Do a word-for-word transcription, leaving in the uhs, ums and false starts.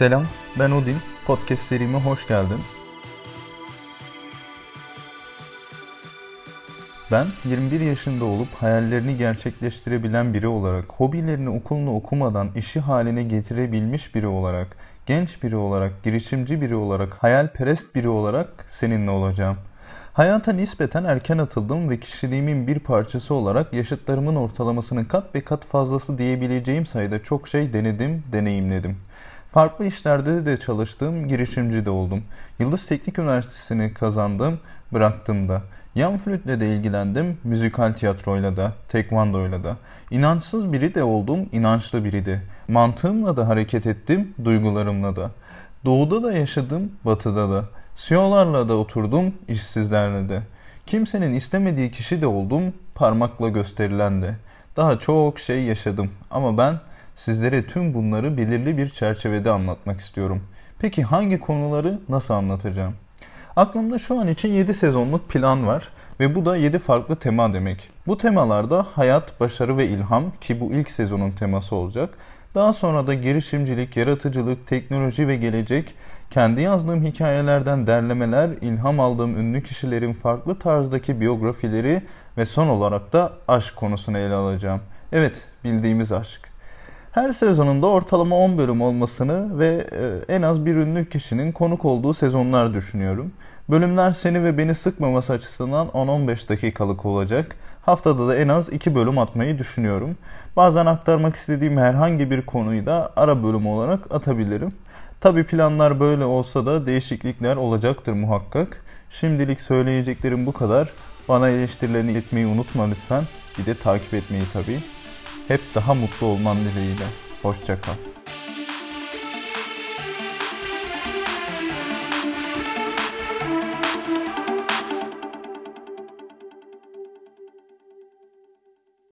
Selam, ben Odin. Podcast serime hoş geldin. Ben yirmi bir yaşında olup hayallerini gerçekleştirebilen biri olarak, hobilerini okulunu okumadan işi haline getirebilmiş biri olarak, genç biri olarak, girişimci biri olarak, hayalperest biri olarak seninle olacağım. Hayata nispeten erken atıldım ve kişiliğimin bir parçası olarak yaşıtlarımın ortalamasının kat ve kat fazlası diyebileceğim sayıda çok şey denedim, deneyimledim. Farklı işlerde de çalıştım, girişimci de oldum. Yıldız Teknik Üniversitesi'ni kazandım, bıraktım da. Yan flütle de ilgilendim, müzikal tiyatroyla da, tekvandoyla da. İnançsız biri de oldum, inançlı biri de. Mantığımla da hareket ettim, duygularımla da. Doğuda da yaşadım, batıda da. C E O'larla da oturdum, işsizlerle de. Kimsenin istemediği kişi de oldum, parmakla gösterilen de. Daha çok şey yaşadım ama ben sizlere tüm bunları belirli bir çerçevede anlatmak istiyorum. Peki hangi konuları nasıl anlatacağım? Aklımda şu an için yedi sezonluk plan var ve bu da yedi farklı tema demek. Bu temalarda hayat, başarı ve ilham, ki bu ilk sezonun teması olacak. Daha sonra da girişimcilik, yaratıcılık, teknoloji ve gelecek, kendi yazdığım hikayelerden derlemeler, ilham aldığım ünlü kişilerin farklı tarzdaki biyografileri ve son olarak da aşk konusunu ele alacağım. Evet, bildiğimiz aşk. Her sezonunda ortalama on bölüm olmasını ve en az bir ünlü kişinin konuk olduğu sezonlar düşünüyorum. Bölümler seni ve beni sıkmaması açısından on on beş dakikalık olacak. Haftada da en az iki bölüm atmayı düşünüyorum. Bazen aktarmak istediğim herhangi bir konuyu da ara bölüm olarak atabilirim. Tabii planlar böyle olsa da değişiklikler olacaktır muhakkak. Şimdilik söyleyeceklerim bu kadar. Bana eleştirilerini iletmeyi unutma lütfen. Bir de takip etmeyi tabii. Hep daha mutlu olman dileğiyle. Hoşça kal.